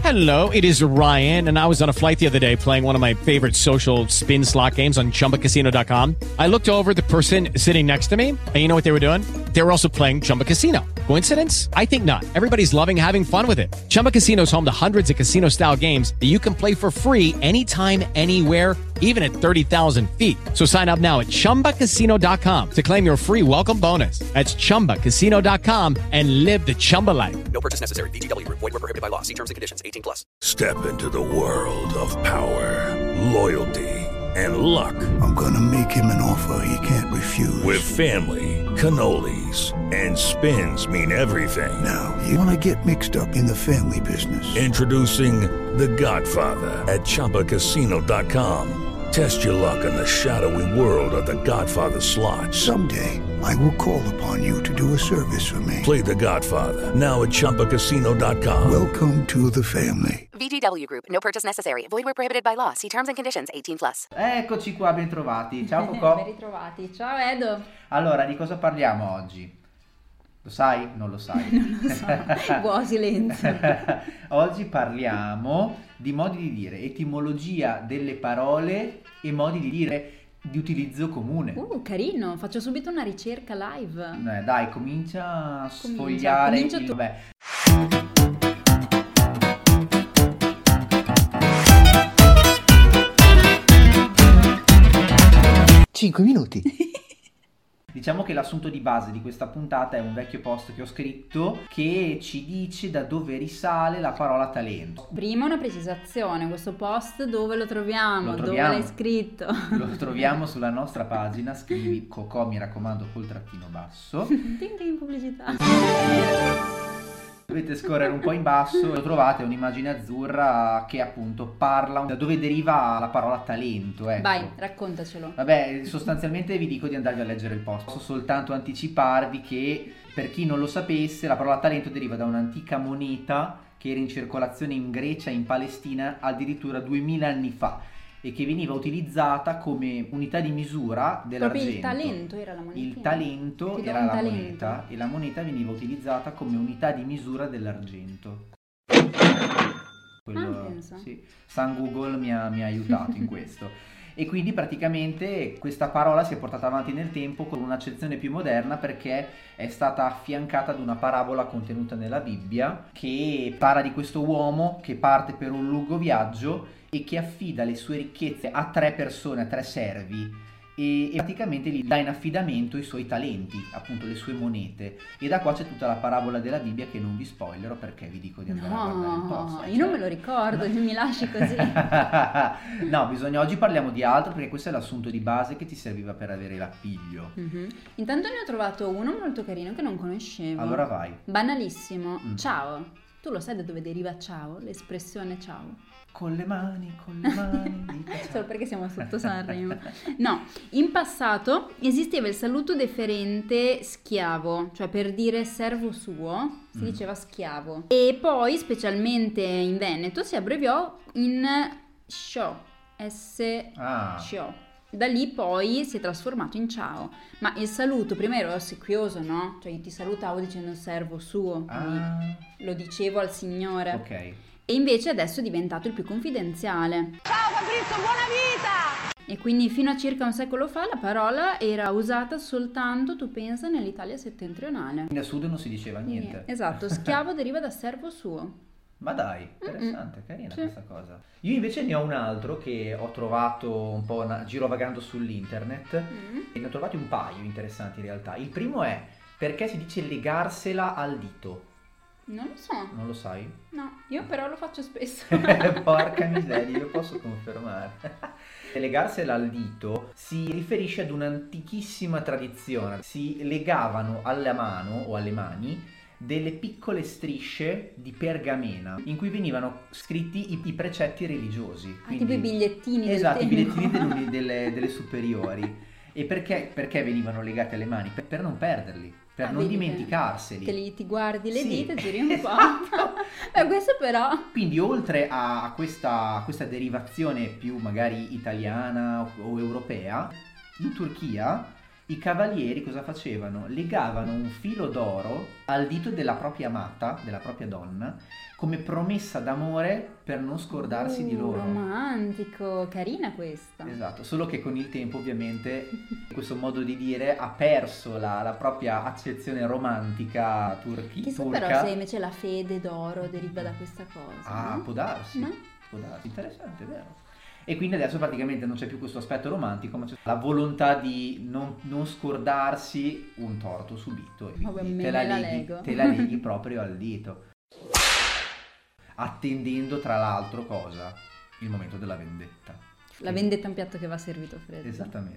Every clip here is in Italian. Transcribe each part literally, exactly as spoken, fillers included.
Hello, it is Ryan, and I was on a flight the other day playing one of my favorite social spin slot games on Chumba Casino dot com. I looked over at the person sitting next to me, and you know what they were doing? They were also playing Chumba Casino. Coincidence? I think not. Everybody's loving having fun with it. Chumba Casino is home to hundreds of casino-style games that you can play for free anytime, anywhere, even at thirty thousand feet. So sign up now at Chumba Casino dot com to claim your free welcome bonus. That's Chumba Casino dot com and live the Chumba life. No purchase necessary. V G W. Void where prohibited by law. See terms and conditions. eighteen plus. Step into the world of power, loyalty, and luck. I'm gonna make him an offer he can't refuse. With family, cannolis, and spins mean everything. Now, you wanna get mixed up in the family business. Introducing The Godfather at Chumba Casino dot com. Test your luck in the shadowy world of The Godfather slot. Someday, I will call upon you to do a service for me. Play The Godfather, now at Chumba Casino dot com. Welcome to the family. V G W Group. No purchase necessary. Void where prohibited by law. See terms and conditions. eighteen plus. Eccoci qua, ben trovati. Ciao Coco. Ben ritrovati. Ciao Edo. Allora, di cosa parliamo oggi? Lo sai? Non lo sai. Non lo so. Buon silenzio. Oggi parliamo di modi di dire, etimologia delle parole e modi di dire di utilizzo comune. Uh, carino. Faccio subito una ricerca live. Eh, dai, comincia a Comincia, sfogliare. comincia il... tu. Vabbè. Cinque minuti. Diciamo che l'assunto di base di questa puntata è un vecchio post che ho scritto che ci dice da dove risale la parola talento. Prima una precisazione, questo post dove lo troviamo? Lo troviamo. Dove l'hai scritto? Lo troviamo sulla nostra pagina, scrivi Cocò, mi raccomando, col trattino basso. Ting ting, pubblicità. Dovete scorrere un po' in basso e lo trovate, è un'immagine azzurra che appunto parla da dove deriva la parola talento, ecco. Vai, raccontacelo. Vabbè, sostanzialmente vi dico di andarvi a leggere il post. Posso soltanto anticiparvi che, per chi non lo sapesse, la parola talento deriva da un'antica moneta che era in circolazione in Grecia e in Palestina addirittura duemila anni fa e che veniva utilizzata come unità di misura dell'argento. Proprio il talento era la moneta. Il talento Ti do era un la talento. moneta e la moneta veniva utilizzata come unità di misura dell'argento. Quello, Ah, pensa. sì. San Google mi ha, mi ha aiutato in questo. E quindi praticamente questa parola si è portata avanti nel tempo con un'accezione più moderna perché è stata affiancata ad una parabola contenuta nella Bibbia che parla di questo uomo che parte per un lungo viaggio e che affida le sue ricchezze a tre persone, a tre servi e, e praticamente gli dà in affidamento i suoi talenti, appunto le sue monete, e da qua c'è tutta la parabola della Bibbia che non vi spoilerò perché vi dico di andare a guardare il post. No, eh, io non cioè- me lo ricordo, No. mi lasci così. No, bisogna, oggi parliamo di altro perché questo è l'assunto di base che ti serviva per avere l'appiglio. Mhm. Intanto ne ho trovato uno molto carino che non conoscevo. Allora vai. Banalissimo. Mm. Ciao. Tu lo sai da dove deriva ciao? L'espressione ciao. Con le mani, con le mani. dica ciao. Solo perché siamo sotto Sanremo. No, in passato esisteva il saluto deferente schiavo, cioè per dire servo suo si Mm. diceva schiavo. E poi, specialmente in Veneto, si abbreviò in scio, S Ah. scio. Da lì poi si è trasformato in ciao. Ma il saluto prima era ossequioso, no? Cioè io ti salutavo dicendo servo suo, quindi Ah, lo dicevo al signore. ok. E invece adesso è diventato il più confidenziale. Ciao Fabrizio, buona vita! E quindi fino a circa un secolo fa la parola era usata soltanto, tu pensa, nell'Italia settentrionale. Quindi a sud non si diceva niente. Esatto, schiavo deriva da servo suo. Ma dai, interessante, carina Sì. questa cosa. Io invece ne ho un altro che ho trovato un po' na- girovagando sull'internet Mm. e ne ho trovati un paio interessanti in realtà. Il primo è perché si dice legarsela al dito. Non lo so, Non lo sai? no, io però lo faccio spesso. Porca miseria, io posso confermare. Legarsela al dito si riferisce ad un'antichissima tradizione. Si legavano alla mano o alle mani delle piccole strisce di pergamena in cui venivano scritti i, i precetti religiosi. Ah, tipo i bigliettini del Esatto, i tempo. bigliettini delle, delle, delle superiori. E perché, perché venivano legati alle mani? Per, per non perderli, per Ah, non vedi che dimenticarseli. Te li, ti guardi le Sì, dita e giri un po'. esatto. Eh, questo però... Quindi oltre a questa, a questa derivazione più magari italiana o, o europea, in Turchia i cavalieri cosa facevano? Legavano un filo d'oro al dito della propria amata, della propria donna, come promessa d'amore per non scordarsi uh, di loro. Romantico, carina questa. Esatto, solo che con il tempo ovviamente questo modo di dire ha perso la, la propria accezione romantica turchi, Chissà turca. però se invece la fede d'oro deriva da questa cosa. Ah, no? può darsi, No? può darsi, interessante, vero? E quindi adesso praticamente non c'è più questo aspetto romantico, ma c'è la volontà di non, non scordarsi un torto subito. E Vabbè, quindi me te la, la leghi, lego. te la leghi proprio al dito. Attendendo tra l'altro cosa? Il momento della vendetta. La vendetta è un piatto che va servito freddo. Esattamente.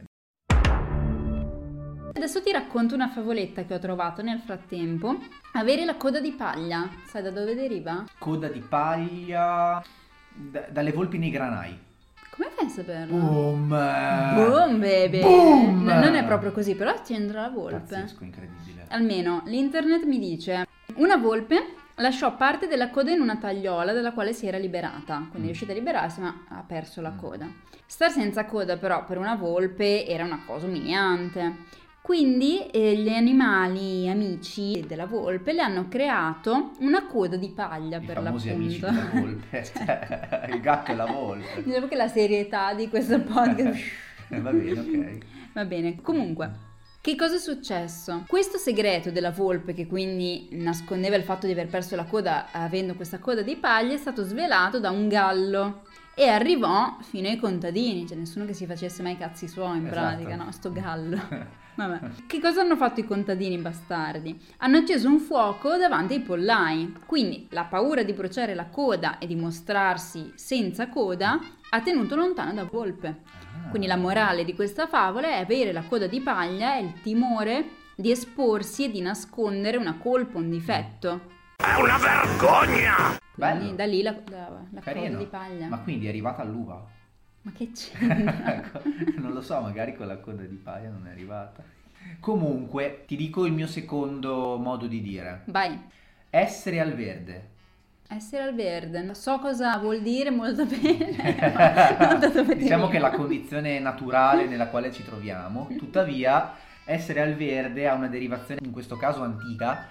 Adesso ti racconto una favoletta che ho trovato nel frattempo. Avere la coda di paglia. Sai da dove deriva? Coda di paglia da- dalle volpi nei granai. Come fai a saperlo? Boom! Boom, baby! Boom! No, non è proprio così, però c'entra la volpe. Pazzesco, incredibile. Almeno l'internet mi dice: una volpe lasciò parte della coda in una tagliola dalla quale si era liberata, quindi è riuscita a liberarsi ma ha perso la coda. Star senza coda però per una volpe era una cosa umiliante. Quindi eh, gli animali amici della volpe le hanno creato una coda di paglia I per famosi amici l'appunto. della volpe, cioè, il gatto e la volpe. Diciamo che la serietà di questo podcast. Va bene, ok. Va bene, comunque, che cosa è successo? Questo segreto della volpe, che quindi nascondeva il fatto di aver perso la coda avendo questa coda di paglia, è stato svelato da un gallo e arrivò fino ai contadini, cioè nessuno che si facesse mai i cazzi suoi in Esatto. pratica, no? Sto gallo. Vabbè. Che cosa hanno fatto i contadini bastardi? Hanno acceso un fuoco davanti ai pollai, quindi la paura di bruciare la coda e di mostrarsi senza coda ha tenuto lontano da volpe. Quindi la morale di questa favola è avere la coda di paglia e il timore di esporsi e di nascondere una colpa, un difetto. È una vergogna! Quindi Bello. da lì la, la, la coda Carino. di paglia. Ma quindi è arrivata all'uva? Ma che c'entra? Ecco, non lo so, magari con la coda di paglia non è arrivata. Comunque, ti dico il mio secondo modo di dire. Vai. Essere al verde. Essere al verde, non so cosa vuol dire molto bene, ma non da dove ti Diciamo che viene. è la condizione naturale nella quale ci troviamo, tuttavia essere al verde ha una derivazione in questo caso antica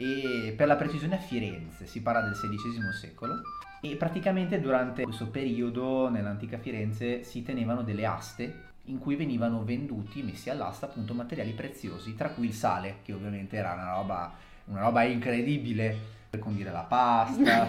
e per la precisione a Firenze, si parla del sedicesimo secolo e praticamente durante questo periodo nell'antica Firenze si tenevano delle aste in cui venivano venduti, messi all'asta appunto materiali preziosi, tra cui il sale, che ovviamente era una roba, una roba incredibile, per condire la pasta.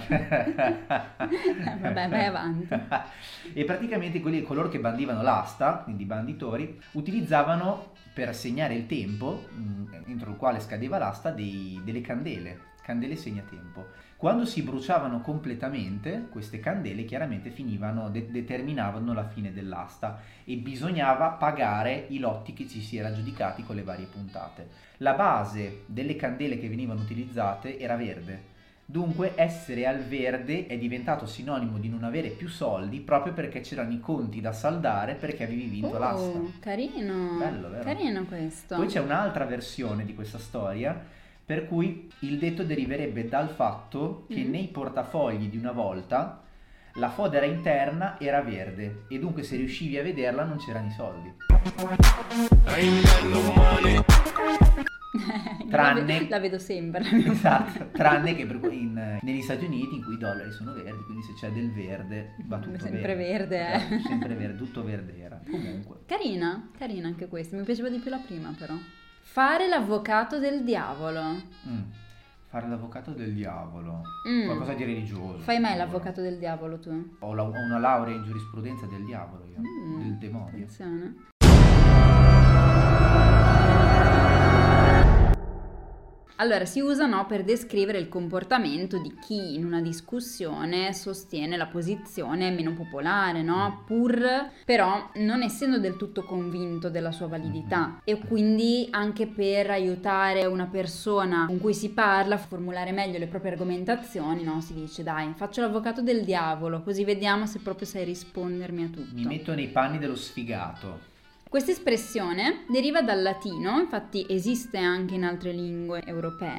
Vabbè, vai avanti. E praticamente quelli, coloro che bandivano l'asta, quindi i banditori, utilizzavano per segnare il tempo mh, entro il quale scadeva l'asta dei, delle candele, candele segnatempo. Quando si bruciavano completamente, queste candele chiaramente finivano, de- determinavano la fine dell'asta e bisognava pagare i lotti che ci si era aggiudicati con le varie puntate. La base delle candele che venivano utilizzate era verde. Dunque essere al verde è diventato sinonimo di non avere più soldi proprio perché c'erano i conti da saldare perché avevi vinto Oh, l'asta. carino. Bello, vero? Carino questo. Poi c'è un'altra versione di questa storia per cui il detto deriverebbe dal fatto che Mm. nei portafogli di una volta la fodera interna era verde e dunque se riuscivi a vederla non c'erano i soldi. Tranne- la, la vedo sempre. Esatto, tranne che per cui in- negli Stati Uniti in cui i dollari sono verdi, quindi se c'è del verde va tutto Sempre bene. verde, eh. Esatto, sempre verde, tutto verde era. Comunque. Carina, carina anche questa. Mi piaceva di più la prima però. Fare l'avvocato del diavolo. Mm. Fare l'avvocato del diavolo. Mm. Qualcosa di religioso. Fai mai sicuro. l'avvocato del diavolo tu? Ho, la- ho una laurea in giurisprudenza del diavolo io, Mm. del demonio. Attenzione. Allora, si usa, no, per descrivere il comportamento di chi in una discussione sostiene la posizione meno popolare, no? Pur però non essendo del tutto convinto della sua validità e quindi anche per aiutare una persona con cui si parla a formulare meglio le proprie argomentazioni, no? Si dice: dai, faccio l'avvocato del diavolo, così vediamo se proprio sai rispondermi a tutto. Mi metto nei panni dello sfigato. Questa espressione deriva dal latino, infatti esiste anche in altre lingue europee,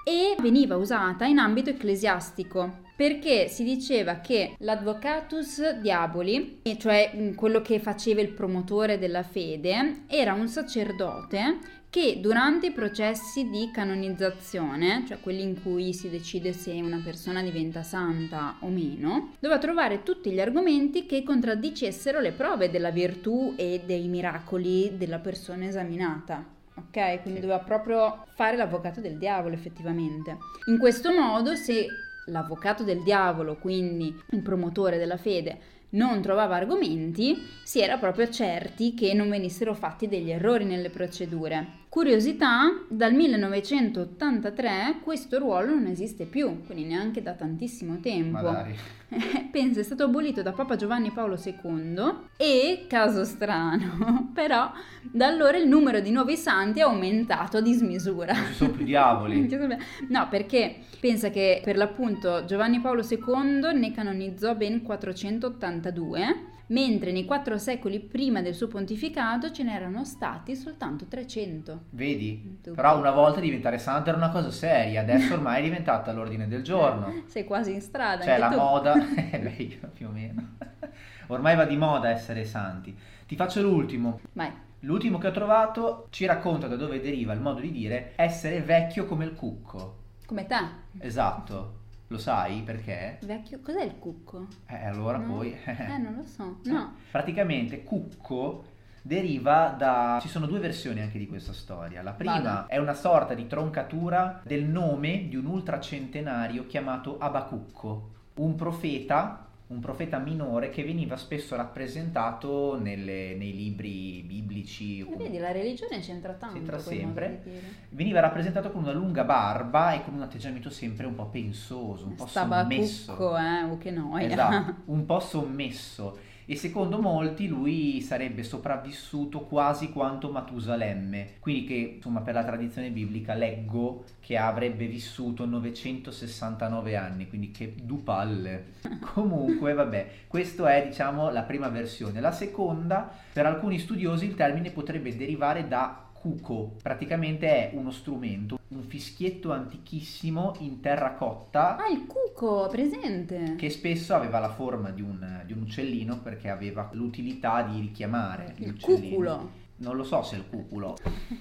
e veniva usata in ambito ecclesiastico perché si diceva che l'advocatus diaboli, e cioè quello che faceva il promotore della fede, era un sacerdote che durante i processi di canonizzazione, cioè quelli in cui si decide se una persona diventa santa o meno, doveva trovare tutti gli argomenti che contraddicessero le prove della virtù e dei miracoli della persona esaminata. Ok? Quindi doveva proprio fare l'avvocato del diavolo effettivamente. In questo modo, se l'avvocato del diavolo, quindi il promotore della fede, non trovava argomenti, si era proprio certi che non venissero fatti degli errori nelle procedure. Curiosità, dal millenovecentottantatré questo ruolo non esiste più, quindi neanche da tantissimo tempo. Magari. Pensa, è stato abolito da Papa Giovanni Paolo secondo e, caso strano, però da allora il numero di nuovi santi è aumentato a dismisura. Non ci sono più diavoli. No, perché pensa che per l'appunto Giovanni Paolo secondo ne canonizzò ben quattrocentottantadue, mentre nei quattro secoli prima del suo pontificato ce n'erano stati soltanto trecento. Vedi? Tu. Però una volta diventare santo era una cosa seria, adesso ormai è diventata all'ordine del giorno. Sei quasi in strada. Cioè anche la tu. moda, eh beh, io più o meno. Ormai va di moda essere santi. Ti faccio l'ultimo. Vai. L'ultimo che ho trovato ci racconta da dove deriva il modo di dire essere vecchio come il cucco. Come te. Esatto. Lo sai perché? Vecchio, cos'è il cucco? Eh, allora No. poi... Eh, non lo so. No. Praticamente cucco deriva da... Ci sono due versioni anche di questa storia. La prima Vada. è una sorta di troncatura del nome di un ultracentenario chiamato Abacucco, un profeta, un profeta minore che veniva spesso rappresentato nelle- nei libri biblici. E vedi, la religione c'entra tanto. C'entra col modo sempre. di dire. Veniva rappresentato con una lunga barba e con un atteggiamento sempre un po' pensoso, un po' sommesso. Stabacucco, eh, oh, che noia. Esatto, un po' sommesso. E secondo molti lui sarebbe sopravvissuto quasi quanto Matusalemme, quindi che insomma per la tradizione biblica leggo che avrebbe vissuto novecentosessantanove anni, quindi che du palle. Comunque vabbè, questa è diciamo la prima versione. La seconda, per alcuni studiosi il termine potrebbe derivare da cuco, praticamente è uno strumento, un fischietto antichissimo in terracotta Ah, il cuco, presente. che spesso aveva la forma di un, di un uccellino perché aveva l'utilità di richiamare Il l'uccellino. cuculo. Non lo so se è il cuculo.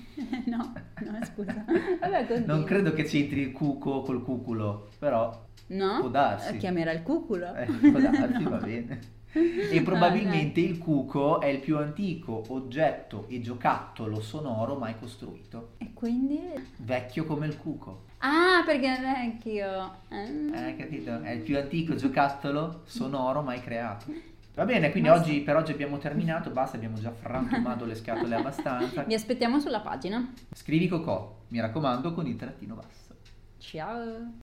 No, no, scusa. Vabbè, così. Non credo che c'entri il cuco col cuculo, però No? può darsi. Chiamerà il cuculo. Eh, può darsi, No. va bene. E probabilmente il cuco è il più antico oggetto e giocattolo sonoro mai costruito. E quindi? Vecchio come il cuco. Ah, perché è vecchio. Eh. Eh, capito? È il più antico giocattolo sonoro mai creato. Va bene, quindi Ma oggi per oggi abbiamo terminato, basta, abbiamo già frantumato le scatole abbastanza. Vi aspettiamo sulla pagina. Scrivi Cocò, mi raccomando, con il trattino basso. Ciao.